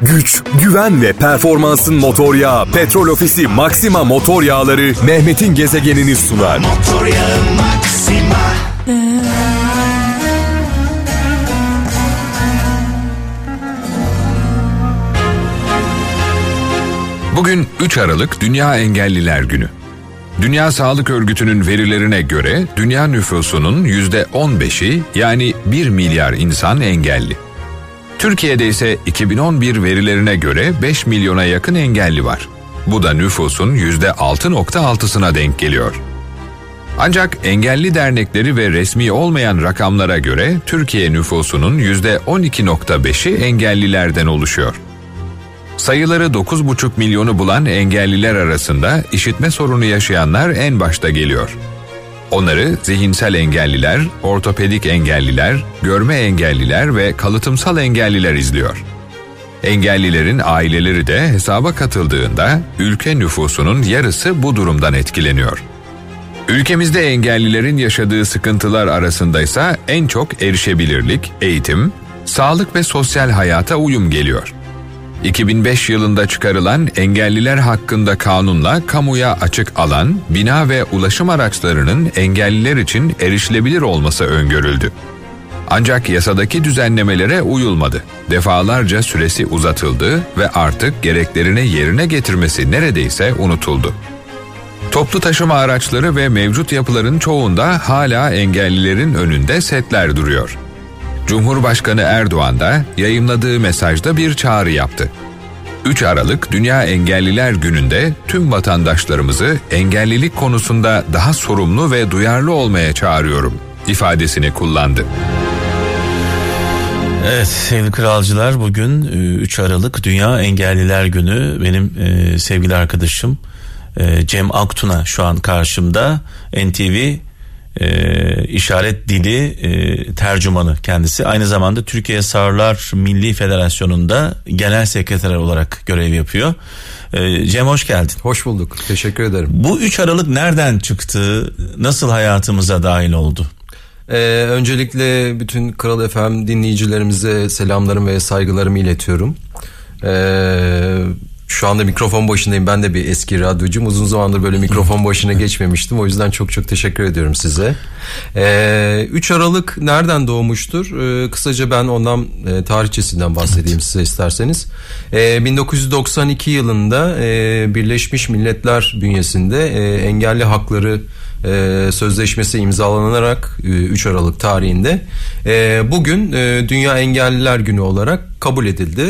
güç, güven ve performansın motor yağı Petrol Ofisi Maxima motor yağları Mehmet'in gezegenini sunar. Motor yağı Maxima. Bugün 3 Aralık Dünya Engelliler Günü. Dünya Sağlık Örgütü'nün verilerine göre dünya nüfusunun %15'i yani 1 milyar insan engelli. Türkiye'de ise 2011 verilerine göre 5 milyona yakın engelli var. Bu da nüfusun %6.6'sına denk geliyor. Ancak engelli dernekleri ve resmi olmayan rakamlara göre Türkiye nüfusunun %12.5'i engellilerden oluşuyor. Sayıları 9,5 milyonu bulan engelliler arasında işitme sorunu yaşayanlar en başta geliyor. Onları zihinsel engelliler, ortopedik engelliler, görme engelliler ve kalıtımsal engelliler izliyor. Engellilerin aileleri de hesaba katıldığında ülke nüfusunun yarısı bu durumdan etkileniyor. Ülkemizde engellilerin yaşadığı sıkıntılar arasındaysa en çok erişebilirlik, eğitim, sağlık ve sosyal hayata uyum geliyor. 2005 yılında çıkarılan engelliler hakkında kanunla kamuya açık alan, bina ve ulaşım araçlarının engelliler için erişilebilir olması öngörüldü. Ancak yasadaki düzenlemelere uyulmadı. Defalarca süresi uzatıldı ve artık gereklerini yerine getirmesi neredeyse unutuldu. Toplu taşıma araçları ve mevcut yapıların çoğunda hala engellilerin önünde setler duruyor. Cumhurbaşkanı Erdoğan da yayımladığı mesajda bir çağrı yaptı. 3 Aralık Dünya Engelliler Günü'nde tüm vatandaşlarımızı engellilik konusunda daha sorumlu ve duyarlı olmaya çağırıyorum ifadesini kullandı. Evet sevgili kralcılar, bugün 3 Aralık Dünya Engelliler Günü. Benim sevgili arkadaşım Cem Aktuna şu an karşımda, NTV işaret dili tercümanı kendisi. Aynı zamanda Türkiye Sağırlar Milli Federasyonu'nda genel sekreter olarak görev yapıyor. Cem hoş geldin. Hoş bulduk. Teşekkür ederim. Bu 3 Aralık nereden çıktı? Nasıl hayatımıza dahil oldu? Öncelikle bütün Kral FM dinleyicilerimize selamlarımı ve saygılarımı iletiyorum. Şu anda mikrofon başındayım. Ben de bir eski radyocuyum. Uzun zamandır böyle mikrofon başına geçmemiştim. O yüzden çok çok teşekkür ediyorum size. 3 Aralık nereden doğmuştur? Kısaca ben ondan tarihçesinden bahsedeyim size isterseniz. 1992 yılında Birleşmiş Milletler bünyesinde engelli hakları sözleşmesi imzalanarak 3 Aralık tarihinde bugün Dünya Engelliler Günü olarak kabul edildi.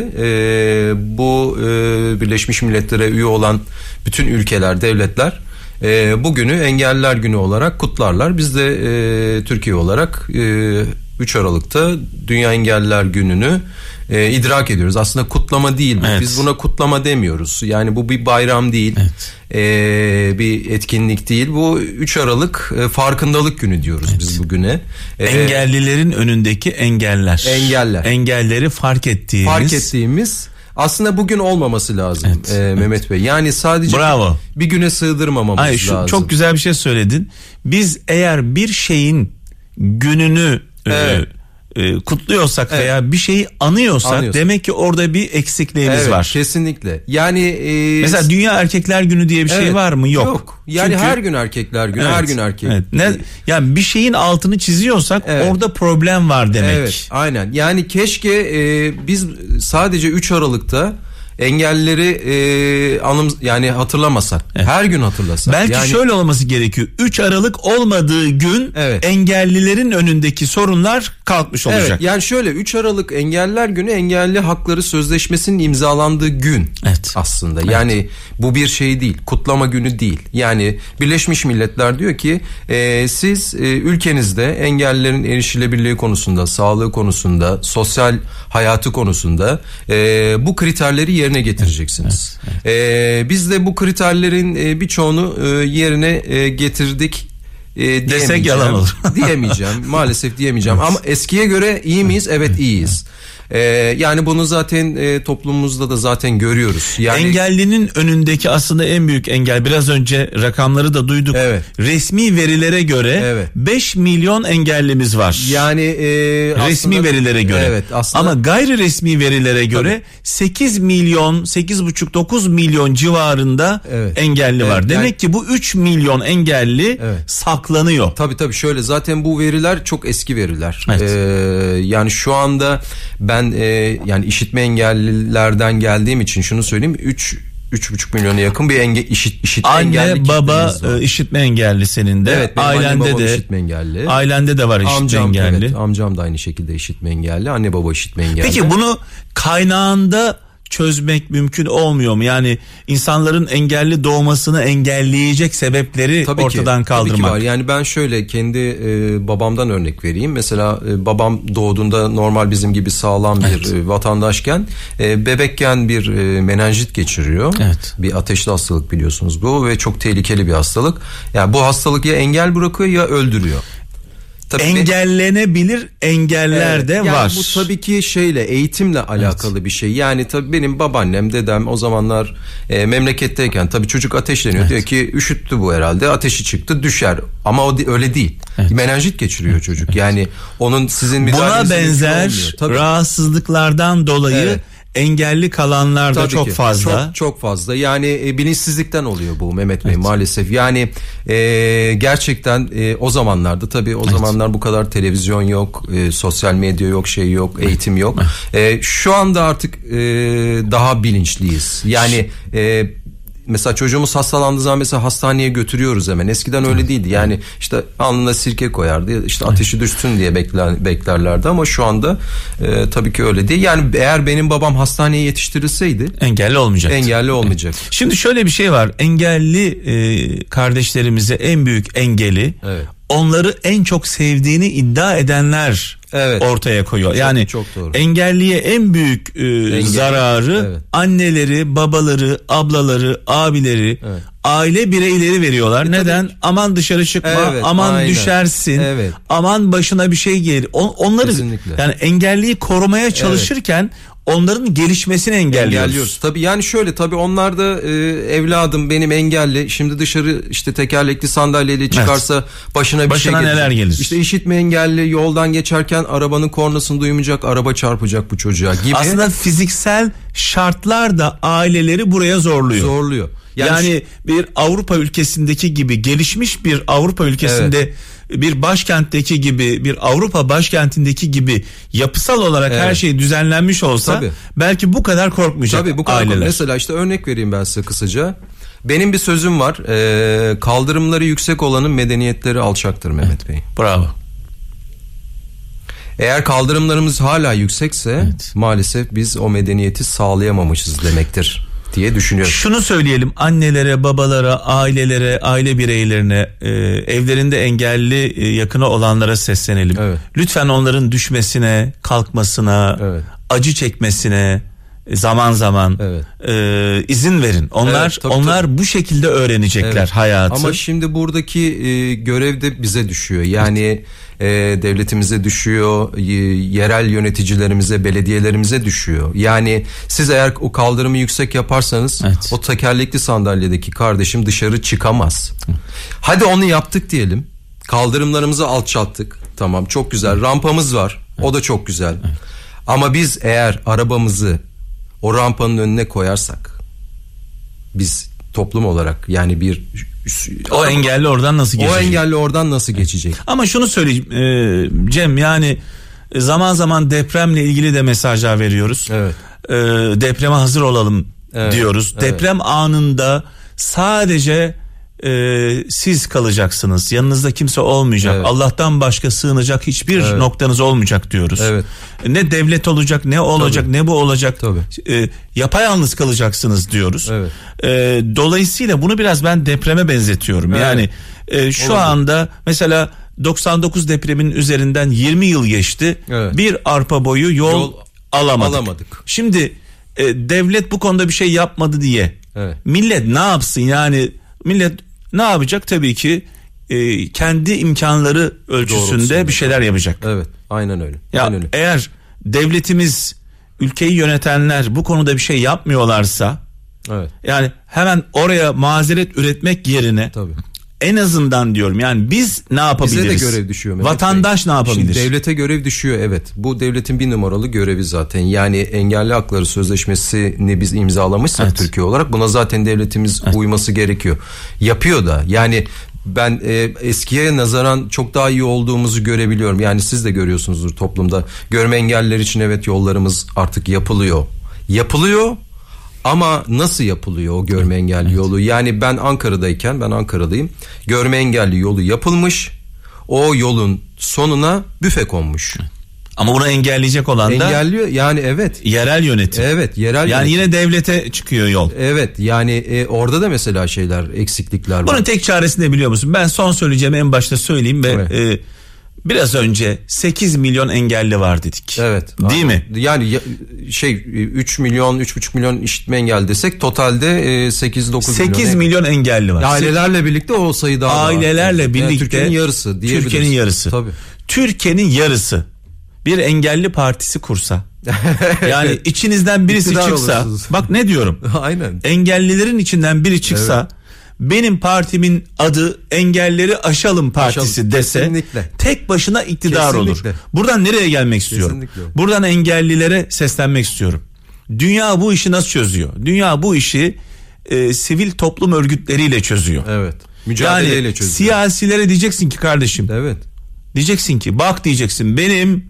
Bu Birleşmiş Milletler'e üye olan bütün ülkeler, devletler bugünü Engelliler Günü olarak kutlarlar. Biz de Türkiye olarak 3 Aralık'ta Dünya Engelliler Günü'nü idrak ediyoruz. Aslında kutlama değil bu. Evet. Biz buna kutlama demiyoruz. Yani bu bir bayram değil. Evet. Bir etkinlik değil. Bu 3 Aralık farkındalık günü diyoruz biz bugüne. Engellilerin önündeki engeller. Engelleri fark ettiğimiz. Aslında bugün olmaması lazım Mehmet Bey. Yani sadece bir güne sığdırmamamız lazım. Çok güzel bir şey söyledin. Biz eğer bir şeyin gününü kutluyorsak veya bir şeyi anıyorsak demek ki orada bir eksikliğimiz var. Kesinlikle. Yani mesela Dünya Erkekler Günü diye bir şey var mı? Yok. Yani çünkü her gün erkekler günü, her gün erkek. Evet. Yani bir şeyin altını çiziyorsak orada problem var demek. Evet, aynen. Yani keşke biz sadece 3 Aralık'ta engellileri yani hatırlamasak. Evet. Her gün hatırlasak. Belki yani şöyle olması gerekiyor. 3 Aralık olmadığı gün engellilerin önündeki sorunlar kalkmış olacak. Evet. Yani şöyle 3 Aralık Engelliler Günü Engelli Hakları Sözleşmesi'nin imzalandığı gün aslında. Evet. Yani bu bir şey değil. Kutlama günü değil. Yani Birleşmiş Milletler diyor ki siz ülkenizde engellilerin erişilebilirliği konusunda, sağlığı konusunda, sosyal hayatı konusunda bu kriterleri yerine getireceksiniz. Evet. Biz de bu kriterlerin birçoğunu yerine getirdik. Desek yalan olur. Diyemeyeceğim. Maalesef diyemeyeceğim. Ama eskiye göre iyi miyiz? Evet, iyiyiz. Yani bunu zaten toplumumuzda da zaten görüyoruz. Yani Engellinin önündeki aslında en büyük engel, biraz önce rakamları da duyduk. Evet. Resmi verilere göre Evet. 5 milyon engellimiz var. yani Resmi aslında, verilere göre. Evet, aslında Ama gayri resmi verilere göre 8 milyon, 8,5-9 milyon civarında Evet. engelli var. Evet, Demek yani- ki bu 3 milyon engelli Evet. saklanıyor. Tabii şöyle, zaten bu veriler çok eski veriler. Evet. Yani şu anda ben yani işitme engellilerden geldiğim için şunu söyleyeyim, 3,5 milyona yakın bir işitme engelli Anne, baba kitlemiz var. işitme engelli senin de. Evet, benim annem Ailende babam de işitme engelli. Ailende de var işitme Amcam, engelli. evet, amcam da aynı şekilde işitme engelli. Anne baba işitme engelli. Peki bunu kaynağında çözmek mümkün olmuyor mu? Yani insanların engelli doğmasını engelleyecek sebepleri Tabii ortadan ki, kaldırmak. Tabii ki var. Yani ben şöyle kendi babamdan örnek vereyim. Mesela babam doğduğunda normal bizim gibi sağlam bir vatandaşken bebekken bir menenjit geçiriyor. Evet. Bir ateşli hastalık biliyorsunuz bu ve çok tehlikeli bir hastalık. Yani bu hastalık ya engel bırakıyor ya öldürüyor. Tabii Engellenebilir engeller Evet, de yani var. bu tabii ki eğitimle alakalı bir şey. Yani tabii benim babaannem, dedem o zamanlar memleketteyken tabii çocuk ateşleniyor. Diyor ki üşüttü bu herhalde, ateşi çıktı, düşer. Ama öyle değil. Menenjit geçiriyor çocuk. Yani onun sizin Buna müdahaleniz benzer olmuyor. Tabii. rahatsızlıklardan dolayı Evet. engelli kalanlar da Tabii çok ki. fazla. Çok fazla. Yani bilinçsizlikten oluyor bu Mehmet Bey maalesef. Yani gerçekten o zamanlarda tabii o zamanlar bu kadar televizyon yok, sosyal medya yok, yok, eğitim yok. Şu anda artık daha bilinçliyiz. Yani mesela çocuğumuz hastalandığı zaman mesela hastaneye götürüyoruz hemen. Eskiden öyle değildi. Yani işte alnına sirke koyardı. İşte ateşi düşsün diye beklerlerdi ama şu anda tabii ki öyle değil. Yani eğer benim babam hastaneye yetiştirilseydi Engelli olmayacak. engelli olmayacak. Şimdi şöyle bir şey var. Engelli kardeşlerimize en büyük engeli Evet. onları en çok sevdiğini iddia edenler Evet. ortaya koyuyor. Yani çok doğru. engelliye en büyük zararı Evet. anneleri, babaları, ablaları, abileri, Evet. aile bireyleri veriyorlar. Neden? Aman dışarı çıkma, Evet, aman aynen. düşersin, Evet. aman başına bir şey gelir. Onları Kesinlikle. yani engelliyi korumaya çalışırken onların gelişmesini engelliyoruz. Tabii yani şöyle, tabii onlar da evladım benim engelli, şimdi dışarı işte tekerlekli sandalyeyle çıkarsa başına bir şey gelecek. neler gelir? İşte işitme engelli yoldan geçerken arabanın kornasını duymayacak, araba çarpacak bu çocuğa gibi. Aslında fiziksel şartlar da aileleri buraya zorluyor. Yani bir Avrupa ülkesindeki gibi, gelişmiş bir Avrupa ülkesinde bir başkentteki gibi, bir Avrupa başkentindeki gibi yapısal olarak her şey düzenlenmiş olsa Tabii. belki bu kadar korkmayacak Tabii bu kadar. aileler. Mesela işte örnek vereyim ben size kısaca. Benim bir sözüm var. Kaldırımları yüksek olanın medeniyetleri alçaktır Mehmet Bey. Bravo. Eğer kaldırımlarımız hala yüksekse maalesef biz o medeniyeti sağlayamamışız demektir diye düşünüyorum. Şunu söyleyelim annelere, babalara, ailelere, aile bireylerine, evlerinde engelli yakını olanlara seslenelim. Evet. Lütfen onların düşmesine, kalkmasına, acı çekmesine zaman zaman izin verin. Onlar bu şekilde öğrenecekler hayatı. Ama şimdi buradaki görev de bize düşüyor. Yani devletimize düşüyor, yerel yöneticilerimize, belediyelerimize düşüyor. Yani siz eğer o kaldırımı yüksek yaparsanız o tekerlekli sandalyedeki kardeşim dışarı çıkamaz. Hadi onu yaptık diyelim. Kaldırımlarımızı alçalttık. Tamam, çok güzel. Rampamız var. O da çok güzel. Ama biz eğer arabamızı o rampanın önüne koyarsak, biz toplum olarak yani o engelli oradan nasıl geçecek? O engelli oradan nasıl geçecek? Ama şunu söyleyeyim Cem, yani zaman zaman depremle ilgili de mesajlar veriyoruz. Evet. Depreme hazır olalım diyoruz. Evet. Deprem anında sadece siz kalacaksınız. Yanınızda kimse olmayacak. Evet. Allah'tan başka sığınacak hiçbir noktanız olmayacak diyoruz. Evet. Ne devlet olacak, ne olacak, ne bu olacak. Yapayalnız kalacaksınız diyoruz. Evet. Dolayısıyla bunu biraz ben depreme benzetiyorum. Evet. Yani şu anda mesela 99 depreminin üzerinden 20 yıl geçti. Evet. Bir arpa boyu yol alamadık. Şimdi devlet bu konuda bir şey yapmadı diye millet ne yapsın? Yani millet ne yapacak? Tabii ki kendi imkanları ölçüsünde bir şeyler yapacak. Evet, aynen öyle. Ya aynen öyle. eğer devletimiz ülkeyi yönetenler bu konuda bir şey yapmıyorlarsa, Evet. yani hemen oraya mazeret üretmek yerine Tabii. en azından diyorum yani biz ne yapabiliriz? Bize de görev düşüyor Mehmet Vatandaş Bey. ne yapabilir? Şimdi devlete görev düşüyor, evet. Bu devletin bir numaralı görevi zaten. Yani Engelli Hakları Sözleşmesi'ni biz imzalamışsak Evet. Türkiye olarak buna zaten devletimiz uyması gerekiyor. Yapıyor da. Yani ben eskiye nazaran çok daha iyi olduğumuzu görebiliyorum. Yani siz de görüyorsunuzdur toplumda. Görme engelliler için evet yollarımız artık yapılıyor. Yapılıyor. Ama nasıl yapılıyor o görme engelli yolu? Yani ben Ankara'dayım. Görme engelli yolu yapılmış. O yolun sonuna büfe konmuş. Ama bunu engelleyecek olan da Engelliyor yani, evet. yerel yönetim. Evet, yerel Yani yönetim. yine devlete çıkıyor yol. Evet, yani orada da mesela eksiklikler var. Bunun tek çaresi ne biliyor musun? Ben son söyleyeceğimi en başta söyleyeyim ve Evet. biraz önce 8 milyon engelli var dedik. Evet. Değil mi? Yani 3,5 milyon işitme engelli desek totalde 8-9 milyon. 8 milyon engelli var. Ailelerle birlikte o sayı daha Ailelerle var. birlikte Yani Türkiye'nin yarısı diyebiliriz. Türkiye'nin yarısı. Tabii. Türkiye'nin yarısı bir engelli partisi kursa. Yani içinizden birisi İktidar çıksa. olursunuz. Bak ne diyorum. Aynen. Engellilerin içinden biri çıksa. Benim partimin adı Engelleri Aşalım Partisi Aşalım, dese kesinlikle. tek başına iktidar Kesinlikle. olur. Buradan nereye gelmek istiyorum? Kesinlikle. Buradan engellilere seslenmek istiyorum. Dünya bu işi nasıl çözüyor? Dünya bu işi sivil toplum örgütleriyle çözüyor. Evet. Mücadeleyle Yani çözüyor. siyasilere diyeceksin ki kardeşim. Evet. Diyeceksin ki bak diyeceksin benim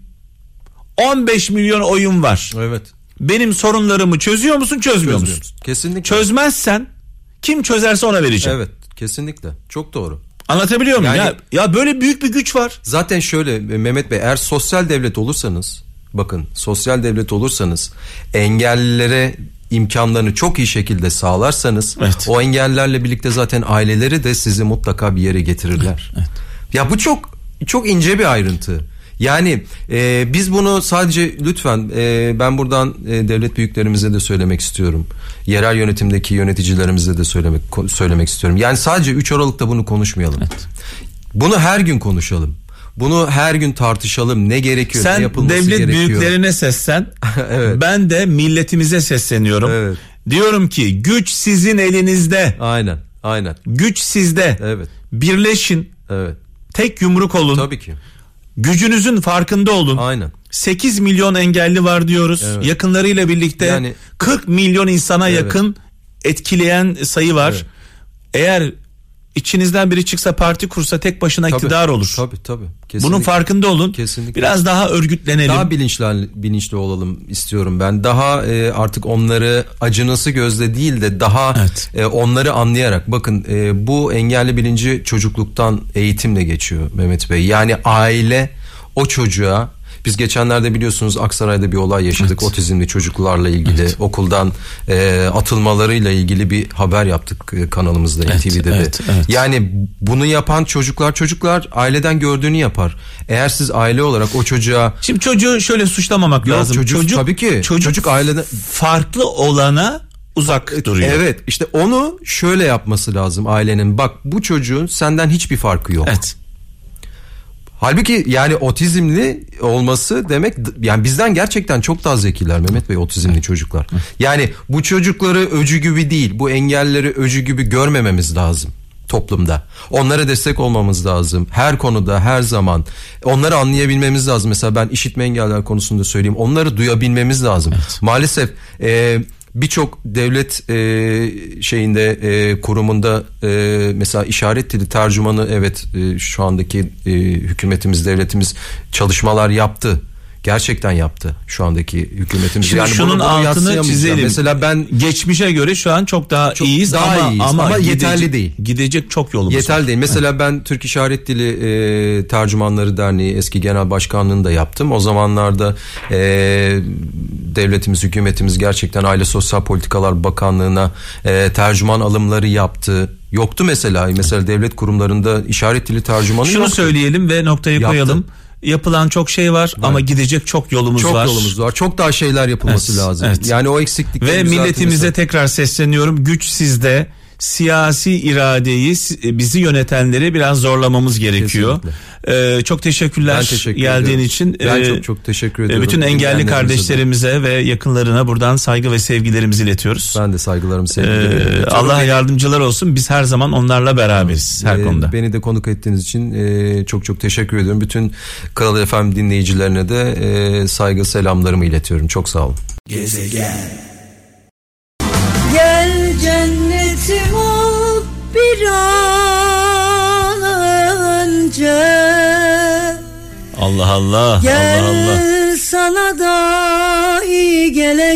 15 milyon oyum var. Evet. Benim sorunlarımı çözüyor musun, çözmüyor musun? Kesinlikle. Çözmezsen kim çözerse ona vereceğim. Evet, kesinlikle. Çok doğru. Anlatabiliyor muyum? Yani- Ya böyle büyük bir güç var. Zaten şöyle Mehmet Bey, eğer sosyal devlet olursanız, bakın sosyal devlet olursanız, engellilere imkanlarını çok iyi şekilde sağlarsanız, Evet. o engellilerle birlikte zaten aileleri de sizi mutlaka bir yere getirirler. Evet. Ya bu çok ince bir ayrıntı. Yani biz bunu sadece lütfen ben buradan devlet büyüklerimize de söylemek istiyorum. Yerel yönetimdeki yöneticilerimize de söylemek istiyorum. Yani sadece 3 Aralık'ta bunu konuşmayalım. Evet. Bunu her gün konuşalım. Bunu her gün tartışalım. Ne gerekiyor, ne Sen yapılması devlet gerekiyor. büyüklerine seslen. Evet. Ben de milletimize sesleniyorum. Evet. Diyorum ki güç sizin elinizde. Aynen. Güç sizde. Evet. Birleşin. Evet. Tek yumruk olun. Tabii ki. Gücünüzün farkında olun. Aynen. 8 milyon engelli var diyoruz. Evet. Yakınlarıyla birlikte Yani- 40 milyon insana Evet. yakın etkileyen sayı var. Evet. Eğer içinizden biri çıksa parti kursa tek başına iktidar olur. Tabii. Kesinlikle. Bunun farkında olun. Kesinlikle. Biraz daha örgütlenelim. Daha bilinçli olalım istiyorum ben. Daha artık onları acınası gözle değil de daha Evet. onları anlayarak. Bakın bu engelli bilinci çocukluktan eğitimle geçiyor Mehmet Bey. Yani aile o çocuğa, biz geçenlerde biliyorsunuz Aksaray'da bir olay yaşadık. Evet. Otizmli çocuklarla ilgili okuldan atılmalarıyla ilgili bir haber yaptık kanalımızda, Evet, NTV'de de. evet. Yani bunu yapan çocuklar aileden gördüğünü yapar. Eğer siz aile olarak o çocuğa Şimdi çocuğu şöyle suçlamamak Yok, lazım. çocuk tabii ki. Çocuk aileden farklı olana uzak duruyor. Evet, işte onu şöyle yapması lazım ailenin. Bak, bu çocuğun senden hiçbir farkı yok. Evet. Halbuki yani otizmli olması demek, yani bizden gerçekten çok daha zekiler Mehmet Bey, otizmli çocuklar. Yani bu çocukları öcü gibi değil, bu engelleri öcü gibi görmememiz lazım toplumda. Onlara destek olmamız lazım. Her konuda, her zaman. Onları anlayabilmemiz lazım. Mesela ben işitme engelliler konusunda söyleyeyim. Onları duyabilmemiz lazım. Evet. Maalesef birçok devlet kurumunda mesela işaret dili tercümanı, evet, şu andaki hükümetimiz, devletimiz çalışmalar yaptı. Gerçekten yaptı şu andaki hükümetimiz. Şimdi Yani şunun bunu altını yadsıyamayacağım. çizelim. Mesela ben Geçmişe göre şu an çok daha iyiyiz, ama yeterli değil. Gidecek çok yolumuz var. Yeterli değil. Mesela ben Türk İşaret Dili Tercümanları Derneği eski genel başkanlığını da yaptım. O zamanlarda devletimiz, hükümetimiz gerçekten Aile Sosyal Politikalar Bakanlığı'na tercüman alımları yaptı. Yoktu mesela. Mesela devlet kurumlarında işaret dili tercümanı Şunu yoktu. söyleyelim ve noktayı Yaptı. koyalım. Yapılan çok şey var ama gidecek çok yolumuz var. Çok yolumuz var. Çok daha şeyler yapılması Evet, lazım. evet. Yani o eksiklikler Ve milletimize tekrar sesleniyorum. Güç sizde. siyasi iradeyi, bizi yönetenleri biraz zorlamamız gerekiyor. Çok teşekkürler geldiğin ediyorum. için. Ben çok teşekkür ediyorum. Bütün engelli kardeşlerimize ve yakınlarına buradan saygı ve sevgilerimizi iletiyoruz. Ben de saygılarımı, sevgilerimi iletiyorum. Allah yardımcılar olsun. Biz her zaman onlarla beraberiz her konuda. Beni de konuk ettiğiniz için çok teşekkür ediyorum. Bütün Kral FM dinleyicilerine de saygı selamlarımı iletiyorum. Çok sağ olun. Gezegen. Gel cennetim ol bir an önce. Allah Allah. Gel Allah Allah. sana da iyi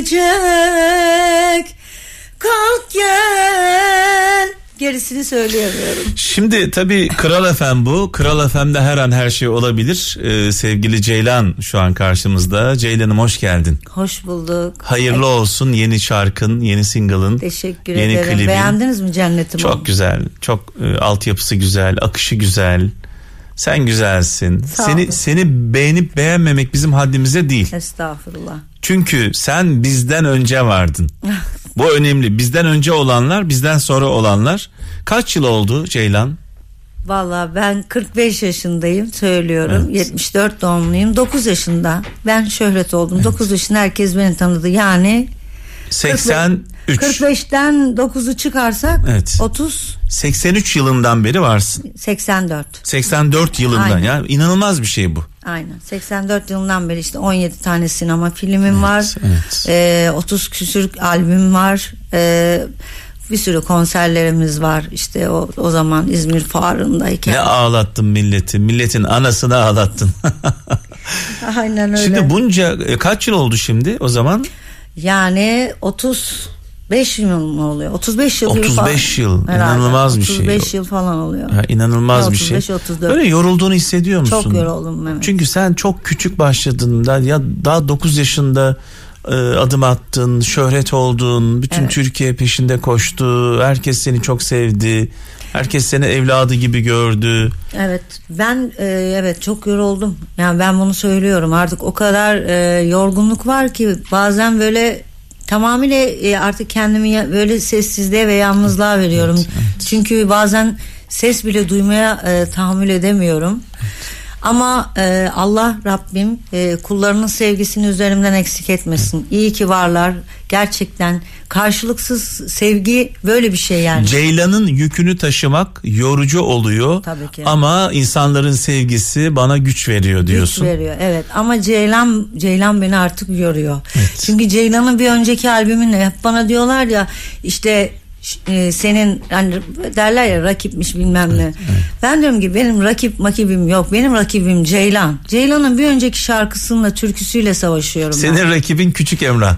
gelecek. Kalk gel. Gerisini söyleyemiyorum. Şimdi tabii Kral FM bu. Kral FM'de her an her şey olabilir. Sevgili Ceylan şu an karşımızda. Ceylan'ım hoş geldin. Hoş bulduk. Hayırlı olsun yeni şarkın, yeni single'ın. Teşekkür yeni ederim. klibin. Beğendiniz mi Cennetim? Çok güzel. Çok altyapısı güzel, akışı güzel. Sen güzelsin. Seni beğenip beğenmemek bizim haddimize değil. Estağfurullah. Çünkü sen bizden önce vardın. Bu önemli. Bizden önce olanlar, bizden sonra olanlar. Kaç yıl oldu Ceylan? Vallahi ben 45 yaşındayım, söylüyorum. Evet. 74 doğumluyum. 9 yaşında ben şöhret oldum. 9 yaşında herkes beni tanıdı. Yani 83. 45'ten 9'u çıkarsak Evet. 30. 83 yılından beri varsın. 84. 84 yılından. Aynen. Ya inanılmaz bir şey bu. Aynen. 84 yılından beri işte 17 tane sinema filmim var. Evet. 30 küsür albüm var. Bir sürü konserlerimiz var. İşte o zaman İzmir Fuarı'ndayken. Ne ağlattın milleti. Milletin anasını ağlattın. Aynen öyle. Şimdi bunca kaç yıl oldu şimdi o zaman? Yani 35 yıl mı oluyor? 35 yıl. 35 yıl. Herhalde. İnanılmaz bir şey. 35 yıl falan oluyor. Ya, inanılmaz bir şey. 35-34. Böyle yorulduğunu hissediyor musun? Çok yoruldum, evet. Çünkü sen çok küçük başladın da ya daha 9 yaşında adım attın, şöhret oldun, bütün Evet. Türkiye peşinde koştu, herkes seni çok sevdi, herkes seni evladı gibi gördü. Evet, ben evet çok yoruldum. Yani ben bunu söylüyorum. Artık o kadar yorgunluk var ki bazen böyle tamamıyla artık kendimi böyle sessizliğe ve yalnızlığa veriyorum. Evet. Çünkü bazen ses bile duymaya tahammül edemiyorum. Ama Allah Rabbim kullarının sevgisini üzerimden eksik etmesin. İyi ki varlar. Gerçekten karşılıksız sevgi böyle bir şey yani. Ceylan'ın yükünü taşımak yorucu oluyor. Tabii ki. Ama insanların sevgisi bana güç veriyor diyorsun. Güç veriyor, evet. Ama Ceylan beni artık yoruyor. Evet. Çünkü Ceylan'ın bir önceki albümünle hep bana diyorlar ya işte senin hani derler ya rakipmiş bilmem ne. Evet. Ben diyorum ki benim rakibim yok. Benim rakibim Ceylan. Ceylan'ın bir önceki şarkısıyla, türküsüyle savaşıyorum. Senin rakibin Küçük Emrah.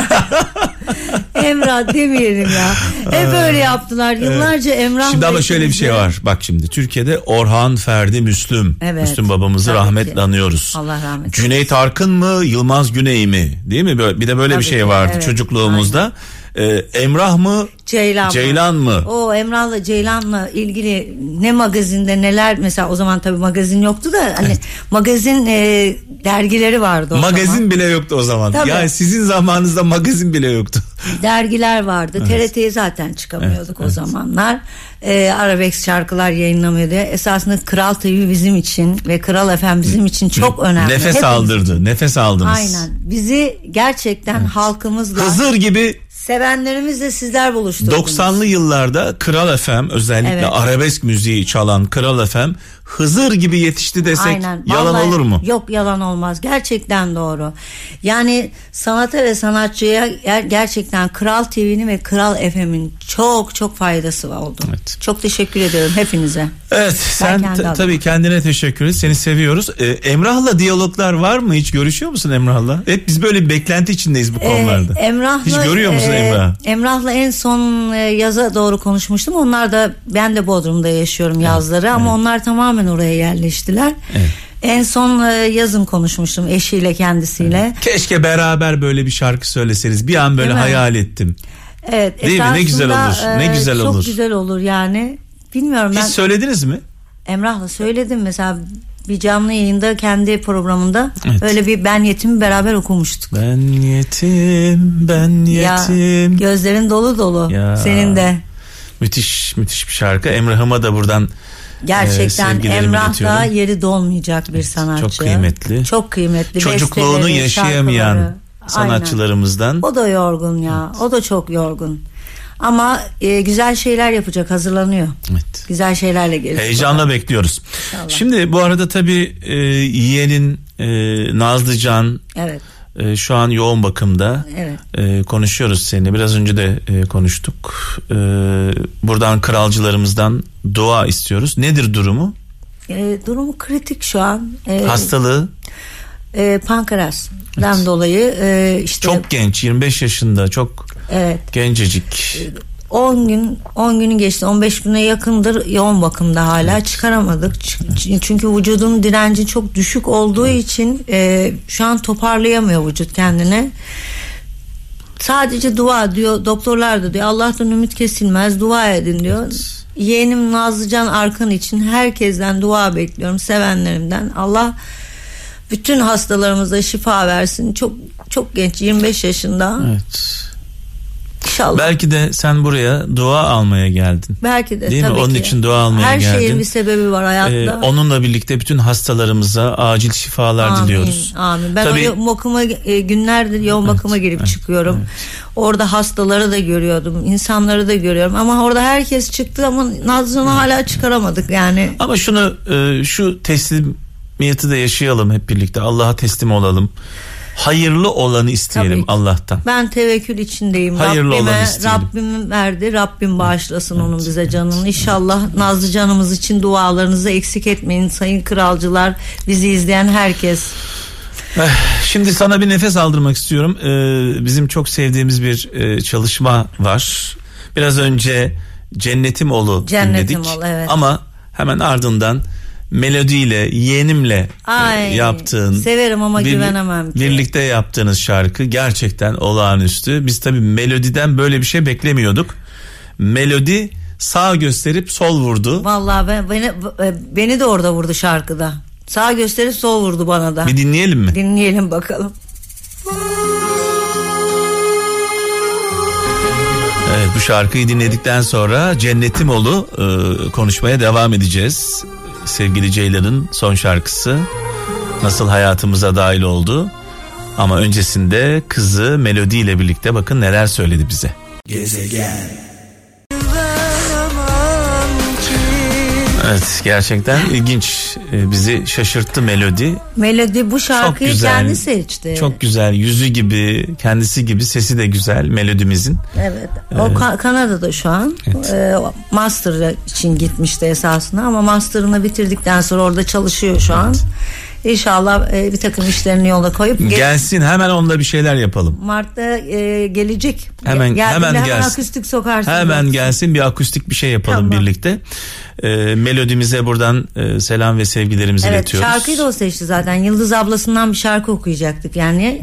Emrah demeyelim ya. Hep böyle yaptılar. Yıllarca Emrah. Şimdi ama şöyle bir şey var. Bak şimdi Türkiye'de Orhan, Ferdi, Müslüm. Evet. Müslüm babamızı Tabii rahmetle ki. anıyoruz. Allah rahmet eylesin. Cüneyt Arkın mı, Yılmaz Güney mi? Değil mi? Bir de böyle Tabii bir şey ki, vardı evet. çocukluğumuzda. Emrah mı? Ceylan mı? O Emrah'la Ceylan'la ilgili ne magazinde neler, mesela o zaman tabii magazin yoktu da hani magazin dergileri vardı o Magazin zaman. bile yoktu o zaman. Tabii. Yani sizin zamanınızda magazin bile yoktu. Dergiler vardı. Evet. TRT'ye zaten çıkamıyorduk o zamanlar. Arabesk şarkılar yayınlamıyordu. Esasında Kral TV bizim için ve Kral FM bizim için çok önemli. Nefes Hepimiz. aldırdı. Nefes aldınız. Aynen. Bizi gerçekten halkımızla, Hızır gibi sevenlerimizle sizler buluşturdunuz. 90'lı yıllarda Kral FM, özellikle Evet. arabesk müziği çalan Kral FM Hızır gibi yetişti desek Aynen. yalan Vallahi olur mu? Yok, yalan olmaz. Gerçekten doğru. Yani sanata ve sanatçıya gerçekten Kral TV'nin ve Kral FM'in çok çok faydası oldu. Evet. Çok teşekkür ediyorum hepinize. Evet, sen tabii kendine teşekkür ederiz. Seni seviyoruz. Emrah'la diyaloglar var mı? Hiç görüşüyor musun Emrah'la? Hep biz böyle bir beklenti içindeyiz bu konularda. Hiç görüyor musun Emrah? Emrah'la en son yaza doğru konuşmuştum. Onlar da, ben de Bodrum'da yaşıyorum yazları ama onlar tamamen oraya yerleştiler. Evet. En son yazın konuşmuştum eşiyle, kendisiyle. Keşke beraber böyle bir şarkı söyleseniz. Bir an böyle hayal ettim. Evet. Değil mi? Ne güzel olur. Ne güzel çok olur. Çok güzel olur yani. Bilmiyorum ben. Hiç söylediniz mi? Emrah'la söyledim mesela, bir canlı yayında kendi programında öyle bir Ben Yetim'i beraber okumuştuk. Ben yetim. Ya, gözlerin dolu dolu. Ya. Senin de. Müthiş bir şarkı. Emrah'ıma da buradan gerçekten Emrah da yeri dolmayacak bir sanatçı. Çok kıymetli. Çok kıymetli. Çocukluğunu besteleri, yaşayamayan şarkıları. sanatçılarımızdan. Aynen. O da yorgun ya. O da çok yorgun. Ama güzel şeyler yapacak, hazırlanıyor. Evet. Güzel şeylerle gelecek. Heyecanla bekliyoruz. İnşallah. Şimdi bu arada tabii yeğenin Nazlıcan Evet. Şu an yoğun bakımda. Evet. Konuşuyoruz seninle. Biraz önce de konuştuk. Buradan kralcılarımızdan dua istiyoruz. Nedir durumu? Durumu kritik şu an. Hastalığı? Pankras'dan dolayı işte. Çok genç, 25 yaşında, çok gencecik. 10 günü geçti, 15 güne yakındır yoğun bakımda, hala çıkaramadık. Çünkü vücudun direnci çok düşük olduğu için şu an toparlayamıyor vücut kendini. Sadece dua diyor, doktorlar da diyor, Allah'tan ümit kesilmez, dua edin diyor. Yeğenim Nazlıcan Arkan için herkesten dua bekliyorum, sevenlerimden. Allah bütün hastalarımıza şifa versin. Çok genç, 25 yaşında. Evet. İnşallah. Belki de sen buraya dua almaya geldin. Belki de, değil tabii mi? Onun ki. için dua almaya geldin. Her şeyin bir sebebi var hayatta. Onunla birlikte bütün hastalarımıza acil şifalar diliyoruz. Amin. Ben tabii, yoğun bakıma günlerdir yoğun bakıma girip çıkıyorum. Evet. Orada hastaları da görüyordum, insanları da görüyorum. Ama orada herkes çıktı ama Nazlı'nı hala çıkaramadık yani. Ama şu teslimiyeti de yaşayalım hep birlikte. Allah'a teslim olalım. Hayırlı olanı isteyelim Allah'tan. Ben tevekkül içindeyim. Hayırlı olanı isteyelim. Rabbim verdi. Rabbim bağışlasın onun bize canını. İnşallah Nazlı canımız için dualarınızı eksik etmeyin sayın kralcılar. Bizi izleyen herkes. Şimdi sana bir nefes aldırmak istiyorum. Bizim çok sevdiğimiz bir çalışma var. Biraz önce Cennetim Olu dinledik. Evet. Ama hemen ardından melodiyle, yeğenimle yaptığın, severim ama güvenemem ki. Birlikte yaptığınız şarkı gerçekten olağanüstü. Biz tabii melodiden böyle bir şey beklemiyorduk. Melodi sağ gösterip sol vurdu. Vallahi beni de orada vurdu şarkıda. Sağ gösterip sol vurdu bana da. Bir dinleyelim mi? Dinleyelim bakalım. Evet, bu şarkıyı dinledikten sonra Cennetim Olu konuşmaya devam edeceğiz. Sevgili Ceylan'ın son şarkısı nasıl hayatımıza dahil oldu. Ama öncesinde kızı Melodi ile birlikte bakın neler söyledi bize. Gezegen. Evet, gerçekten ilginç, bizi şaşırttı Melodi. Melodi bu şarkıyı kendi seçti. Çok güzel, yüzü gibi, kendisi gibi, sesi de güzel Melodimizin. Evet. O Kanada'da şu an. Evet. Master için gitmişti esasında ama master'ını bitirdikten sonra orada çalışıyor şu an. İnşallah bir takım işlerini yola koyup gelsin, hemen onunla bir şeyler yapalım. Mart'ta gelecek. Hemen gelsin. Akustik sokarsın. Hemen gelsin, bir akustik bir şey yapalım birlikte. Melodimize buradan selam ve sevgilerimizi iletiyoruz. Şarkıyı da o seçti zaten. Yıldız ablasından bir şarkı okuyacaktık yani.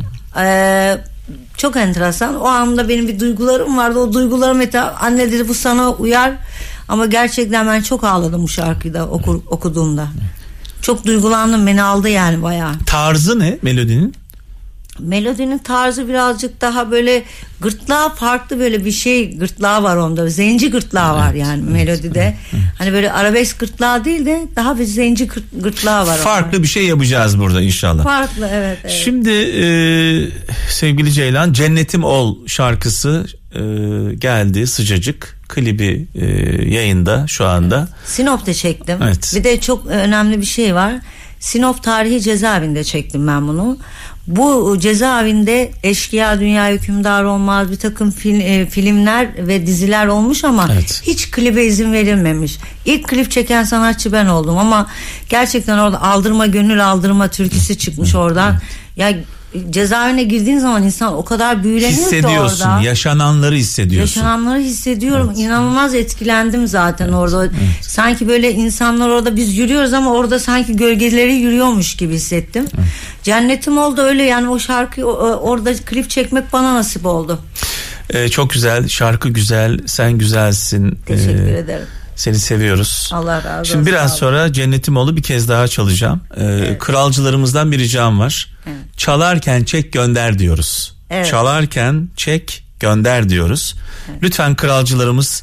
Çok enteresan. O anda benim bir duygularım vardı. O duygularım anne dedi bu sana uyar. Ama gerçekten ben çok ağladım bu şarkıyı da okuduğumda. Çok duygulandım, beni aldı yani bayağı. Tarzı ne Melodi'nin? Melodi'nin tarzı birazcık daha böyle gırtlağı farklı, böyle bir şey gırtlağı var onda. Zenci gırtlağı var yani Melodi'de. Hani böyle arabesk gırtlağı değil de daha bir zenci gırtlağı var. Farklı bir şey yapacağız burada inşallah. Farklı, evet. Şimdi sevgili Ceylan, Cennetim Ol şarkısı geldi, sıcacık. Klibi yayında şu anda. Sinop'ta çektim. Evet. Bir de çok önemli bir şey var. Sinop Tarihi Cezaevinde çektim ben bunu. Bu cezaevinde eşkıya, dünya hükümdar olmaz, bir takım filmler ve diziler olmuş ama hiç klibe izin verilmemiş. İlk klip çeken sanatçı ben oldum ama gerçekten orada Aldırma Gönül Aldırma türküsü çıkmış oradan. Ya cezaevine girdiğin zaman insan o kadar büyüleniyor ki orada. Yaşananları hissediyorsun. Yaşananları hissediyorum. Evet. İnanılmaz etkilendim zaten orada. Sanki böyle insanlar orada, biz yürüyoruz ama orada sanki gölgeleri yürüyormuş gibi hissettim. Cennetim oldu öyle yani, o şarkıyı orada klip çekmek bana nasip oldu. Çok güzel, şarkı güzel, sen güzelsin. Teşekkür ederim. Seni seviyoruz. Allah razı olsun. Şimdi biraz sonra Cennetim Ol'u bir kez daha çalacağım. Kralcılarımızdan bir ricam var. Evet. Çalarken çek gönder diyoruz. Evet. Çalarken çek gönder diyoruz. Evet. Lütfen kralcılarımız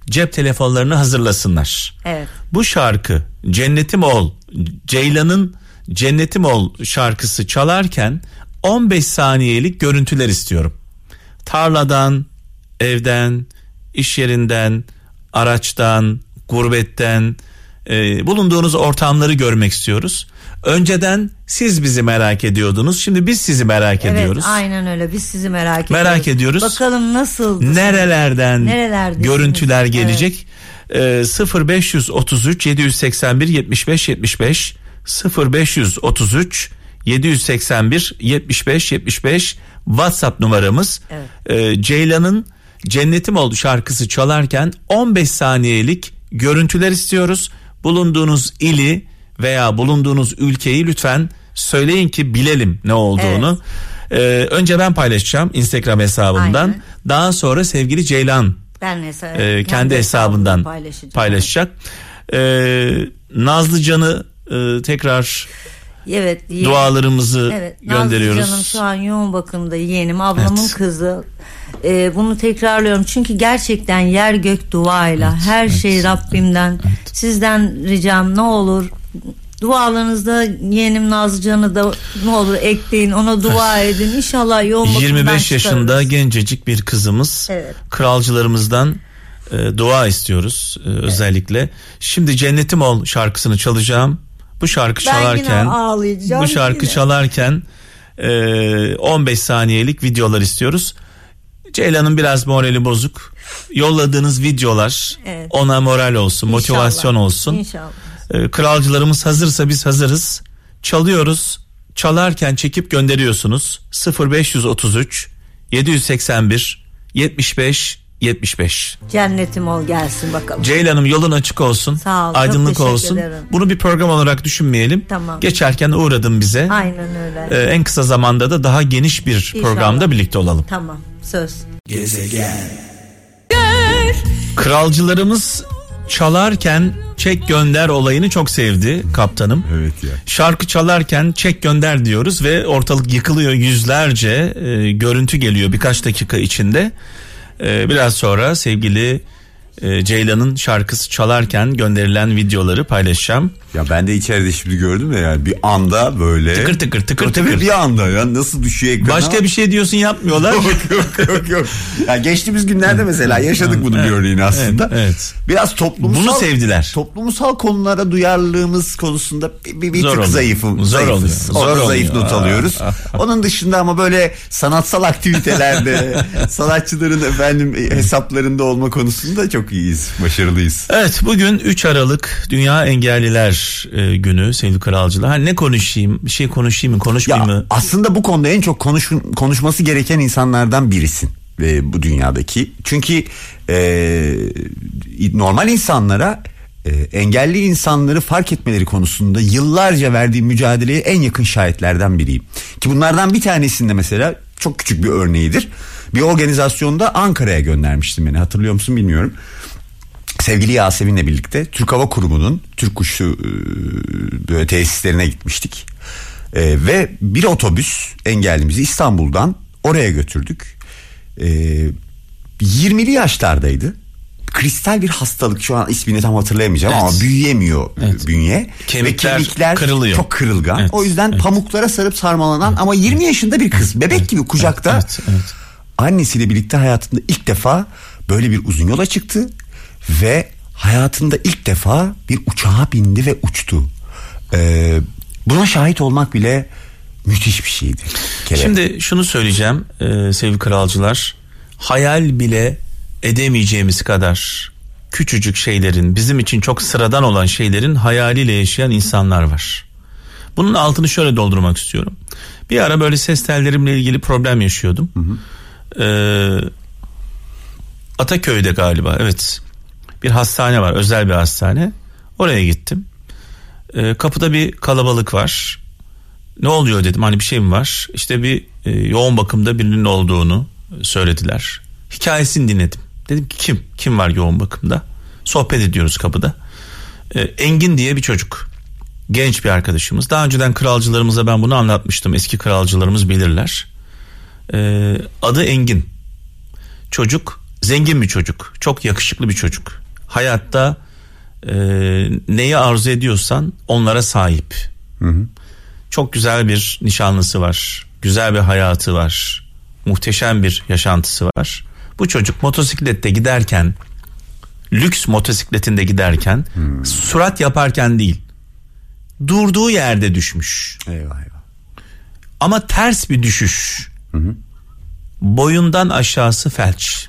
cep telefonlarını hazırlasınlar. Evet. Bu şarkı Cennetim Ol, Ceylan'ın Cennetim Ol şarkısı çalarken 15 saniyelik görüntüler istiyorum. Tarladan, evden, iş yerinden, araçtan, gurbetten, bulunduğunuz ortamları görmek istiyoruz. Önceden siz bizi merak ediyordunuz. Şimdi biz sizi merak ediyoruz. Evet, aynen öyle. Biz sizi merak ediyoruz. Bakalım nasıl? Nerelerden görüntüler gelecek? Evet. 0533 781 75 75 0533 781 75 75 WhatsApp numaramız. Evet. Ceylan'ın Cennetim Oldu şarkısı çalarken 15 saniyelik görüntüler istiyoruz. Bulunduğunuz ili veya bulunduğunuz ülkeyi lütfen söyleyin ki bilelim ne olduğunu. Evet. Önce ben paylaşacağım Instagram hesabından. Aynen. Daha sonra sevgili Ceylan kendi hesabından paylaşacak. Nazlıcan'ı tekrar dualarımızı gönderiyoruz. Nazlıcan'ım şu an yoğun bakımda, yeğenim, ablamın kızı. Bunu tekrarlıyorum çünkü gerçekten yer gök duayla her şey Rabbimden. Sizden ricam ne olur dualarınızda yeğenim Nazlıcan'ı da ne olur ekleyin, ona dua edin. İnşallah yoğun bakımdan 25 yaşında gencecik bir kızımız. Evet. Kralcılarımızdan dua istiyoruz özellikle. Şimdi Cennetim Ol şarkısını çalacağım. Bu şarkı çalarken 15 saniyelik videolar istiyoruz. Ceylan'ın biraz morali bozuk. Yolladığınız videolar ona moral olsun, motivasyon olsun. İnşallah. Kralcılarımız hazırsa biz hazırız. Çalıyoruz. Çalarken çekip gönderiyorsunuz. 0533 781 75 75. Cennetim Ol gelsin bakalım. Ceylan'ım yolun açık olsun. Sağ ol, aydınlık olsun. Ederim. Bunu bir program olarak düşünmeyelim. Tamam. Geçerken uğradın bize. Aynen öyle. En kısa zamanda da daha geniş bir programda birlikte olalım. Tamam. Söz. Gezegen. Kralcılarımız çalarken çek gönder olayını çok sevdi kaptanım. Evet ya. Şarkı çalarken çek gönder diyoruz ve ortalık yıkılıyor, yüzlerce görüntü geliyor birkaç dakika içinde. Biraz sonra sevgili Ceylan'ın şarkısı çalarken gönderilen videoları paylaşacağım. Ya ben de içeride şimdi gördüm ya, yani bir anda böyle tıkır tıkır. Bir anda ya nasıl düşüyor ekrana. Başka bir şey diyorsun yapmıyorlar. Yok. Ya geçtiğimiz günlerde mesela yaşadık bunun bir örneğini aslında. Evet. Biraz toplumsal. Bunu sevdiler. Toplumsal konulara duyarlılığımız konusunda bir tık zayıfız. Zor oluyor. Orada zayıf not alıyoruz. Onun dışında ama böyle sanatsal aktivitelerde sanatçıların hesaplarında olma konusunda çok iyiyiz, başarılıyız. Evet, bugün 3 Aralık Dünya Engelliler Günü sevgili kralcılar. Ne konuşayım? Bir şey konuşayım mı? Konuşmayayım mı? Aslında bu konuda en çok konuşması gereken insanlardan birisin bu dünyadaki. Çünkü normal insanlara engelli insanları fark etmeleri konusunda yıllarca verdiğim mücadeleye en yakın şahitlerden biriyim. Ki bunlardan bir tanesinde mesela çok küçük bir örneğidir. Bir organizasyonda Ankara'ya göndermiştim beni, hatırlıyor musun bilmiyorum. Sevgili Yasemin'le birlikte Türk Hava Kurumu'nun Türk Kuşu böyle tesislerine gitmiştik. Ve bir otobüs engellimizi İstanbul'dan oraya götürdük. 20'li yaşlardaydı. Kristal bir hastalık, şu an ismini tam hatırlayamayacağım ama büyüyemiyor bünye. Kemikler kırılıyor. Çok kırılgan. O yüzden pamuklara sarıp sarmalanan ama 20 yaşında bir kız, bebek gibi kucakta. Annesiyle birlikte hayatında ilk defa böyle bir uzun yola çıktı. Ve hayatında ilk defa bir uçağa bindi ve uçtu. Buna şahit olmak bile müthiş bir şeydi. Şimdi şunu söyleyeceğim sevgili kralcılar. Hayal bile edemeyeceğimiz kadar küçücük şeylerin, bizim için çok sıradan olan şeylerin hayaliyle yaşayan insanlar var. Bunun altını şöyle doldurmak istiyorum. Bir ara böyle ses tellerimle ilgili problem yaşıyordum. Ataköy'de galiba, evet. Bir hastane var, özel bir hastane. Oraya gittim. Kapıda bir kalabalık var. Ne oluyor dedim, hani bir şey mi var? İşte bir yoğun bakımda birinin olduğunu söylediler. Hikayesini dinledim. Dedim ki kim var yoğun bakımda? Sohbet ediyoruz kapıda. Engin diye bir çocuk. Genç bir arkadaşımız. Daha önceden kralcılarımıza ben bunu anlatmıştım. Eski kralcılarımız bilirler. Adı Engin. Çocuk zengin bir çocuk, çok yakışıklı bir çocuk. Hayatta neyi arzu ediyorsan onlara sahip. Çok güzel bir nişanlısı var, güzel bir hayatı var, muhteşem bir yaşantısı var. Bu çocuk motosiklette giderken, lüks motosikletinde giderken, surat yaparken değil, durduğu yerde düşmüş. Eyvah. Ama ters bir düşüş. Boyundan aşağısı felç.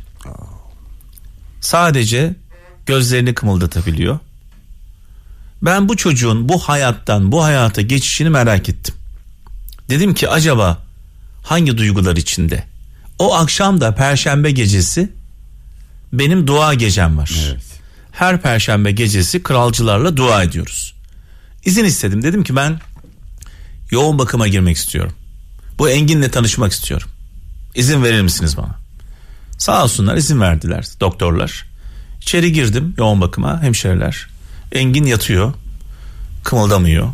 Sadece gözlerini kımıldatabiliyor. Ben bu çocuğun bu hayattan bu hayata geçişini merak ettim. Dedim ki acaba hangi duygular içinde? O akşam da Perşembe gecesi benim dua gecem var. Evet. Her Perşembe gecesi kralcılarla dua ediyoruz. İzin istedim. Dedim ki ben yoğun bakıma girmek istiyorum. Bu Engin'le tanışmak istiyorum. İzin verir misiniz bana? Sağ olsunlar, izin verdiler doktorlar. İçeri girdim yoğun bakıma, hemşireler. Engin yatıyor, kımıldamıyor.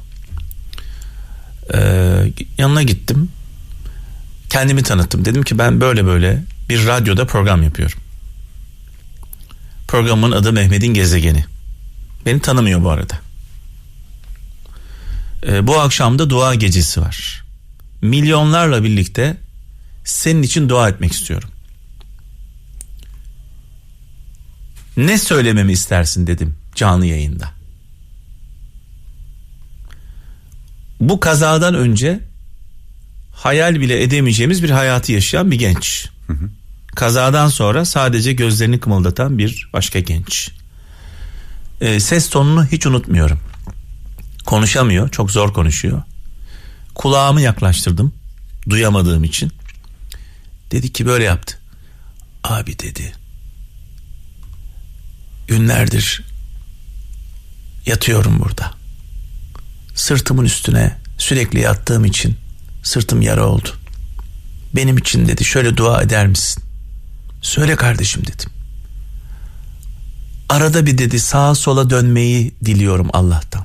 Yanına gittim. Kendimi tanıttım. Dedim ki ben böyle bir radyoda program yapıyorum. Programın adı Mehmet'in Gezegeni. Beni tanımıyor bu arada. Bu akşam da dua gecesi var. Milyonlarla birlikte senin için dua etmek istiyorum. Ne söylememi istersin dedim canlı yayında. Bu kazadan önce hayal bile edemeyeceğimiz bir hayatı yaşayan bir genç. Kazadan sonra sadece gözlerini kımıldatan bir başka genç. Ses tonunu hiç unutmuyorum. Konuşamıyor, çok zor konuşuyor. Kulağımı yaklaştırdım, duyamadığım için. Dedi ki böyle yaptı. Abi dedi, günlerdir yatıyorum burada. Sırtımın üstüne sürekli yattığım için sırtım yara oldu. Benim için dedi şöyle dua eder misin? Söyle kardeşim dedim. Arada bir dedi sağa sola dönmeyi diliyorum Allah'tan.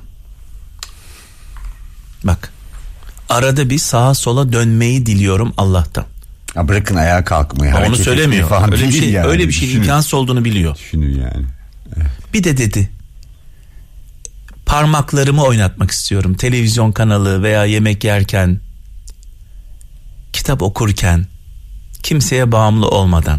Bak, arada bir sağa sola dönmeyi diliyorum Allah'tan. Ya bırakın ayağa kalkmayı. Onu söylemiyor. Falan öyle bir şey, yani. öyle bir şeyin imkansız olduğunu biliyor. Düşünün yani. Evet. Bir de dedi, parmaklarımı oynatmak istiyorum. Televizyon kanalı veya yemek yerken, kitap okurken, kimseye bağımlı olmadan.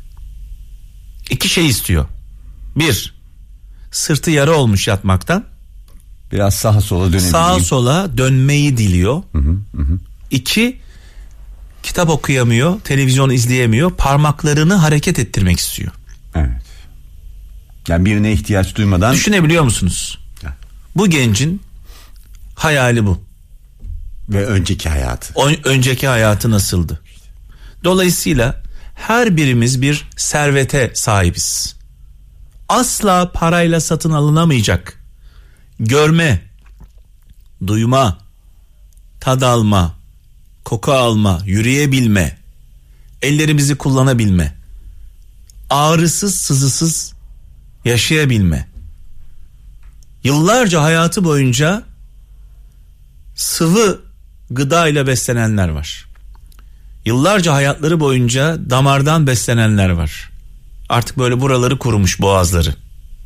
2 şey istiyor. 1, sırtı yara olmuş yatmaktan. Biraz sağa sola dönebileyim. Sağa sola dönmeyi diliyor. 2, kitap okuyamıyor, televizyon izleyemiyor. Parmaklarını hareket ettirmek istiyor. Evet. Yani birine ihtiyaç duymadan. Düşünebiliyor musunuz? Bu gencin hayali bu. Ve önceki hayatı. Önceki hayatı nasıldı? Dolayısıyla her birimiz bir servete sahibiz. Asla parayla satın alınamayacak. Görme, duyma, tad alma, koku alma, yürüyebilme, ellerimizi kullanabilme, ağrısız, sızısız yaşayabilme. Yıllarca hayatı boyunca sıvı gıda ile beslenenler var. Yıllarca hayatları boyunca damardan beslenenler var. Artık böyle buraları kurumuş, boğazları.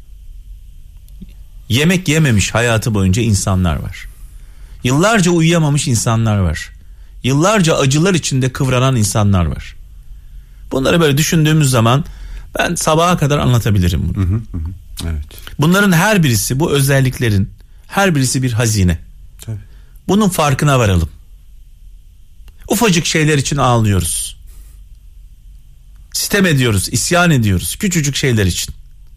Yemek yememiş hayatı boyunca insanlar var. Yıllarca uyuyamamış insanlar var. Yıllarca acılar içinde kıvranan insanlar var. Bunları böyle düşündüğümüz zaman ben sabaha kadar anlatabilirim bunu. Evet. Bunların her birisi, bu özelliklerin her birisi bir hazine. Tabii. Bunun farkına varalım. Ufacık şeyler için ağlıyoruz. Sitem ediyoruz, isyan ediyoruz küçücük şeyler için.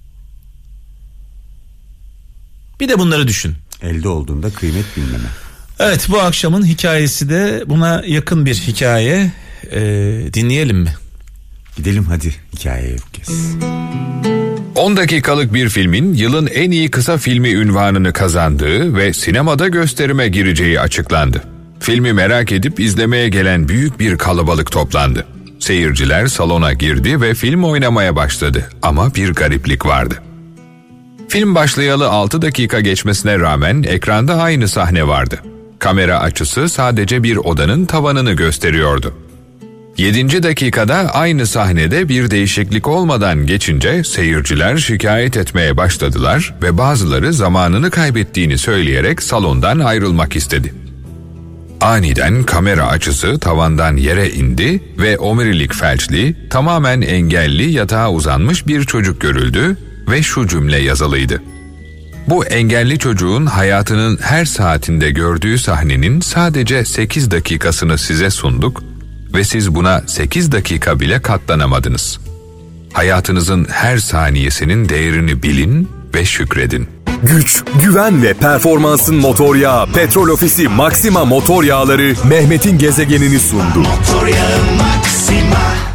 Bir de bunları düşün. Elde olduğunda kıymet bilmeme. Evet, bu akşamın hikayesi de buna yakın bir hikaye. Dinleyelim mi? Gidelim hadi hikayeye bir kez. 10 dakikalık bir filmin yılın en iyi kısa filmi unvanını kazandığı ve sinemada gösterime gireceği açıklandı. Filmi merak edip izlemeye gelen büyük bir kalabalık toplandı. Seyirciler salona girdi ve film oynamaya başladı ama bir gariplik vardı. Film başlayalı 6 dakika geçmesine rağmen ekranda aynı sahne vardı. Kamera açısı sadece bir odanın tavanını gösteriyordu. 7. dakikada aynı sahnede bir değişiklik olmadan geçince seyirciler şikayet etmeye başladılar ve bazıları zamanını kaybettiğini söyleyerek salondan ayrılmak istedi. Aniden kamera açısı tavandan yere indi ve omurilik felçli, tamamen engelli yatağa uzanmış bir çocuk görüldü ve şu cümle yazılıydı. Bu engelli çocuğun hayatının her saatinde gördüğü sahnenin sadece 8 dakikasını size sunduk ve siz buna 8 dakika bile katlanamadınız. Hayatınızın her saniyesinin değerini bilin ve şükredin. Güç, güven ve performansın motor yağı Petrol Ofisi Maxima motor yağları Mehmet'in gezegenini sundu. Motor yağı Maxima.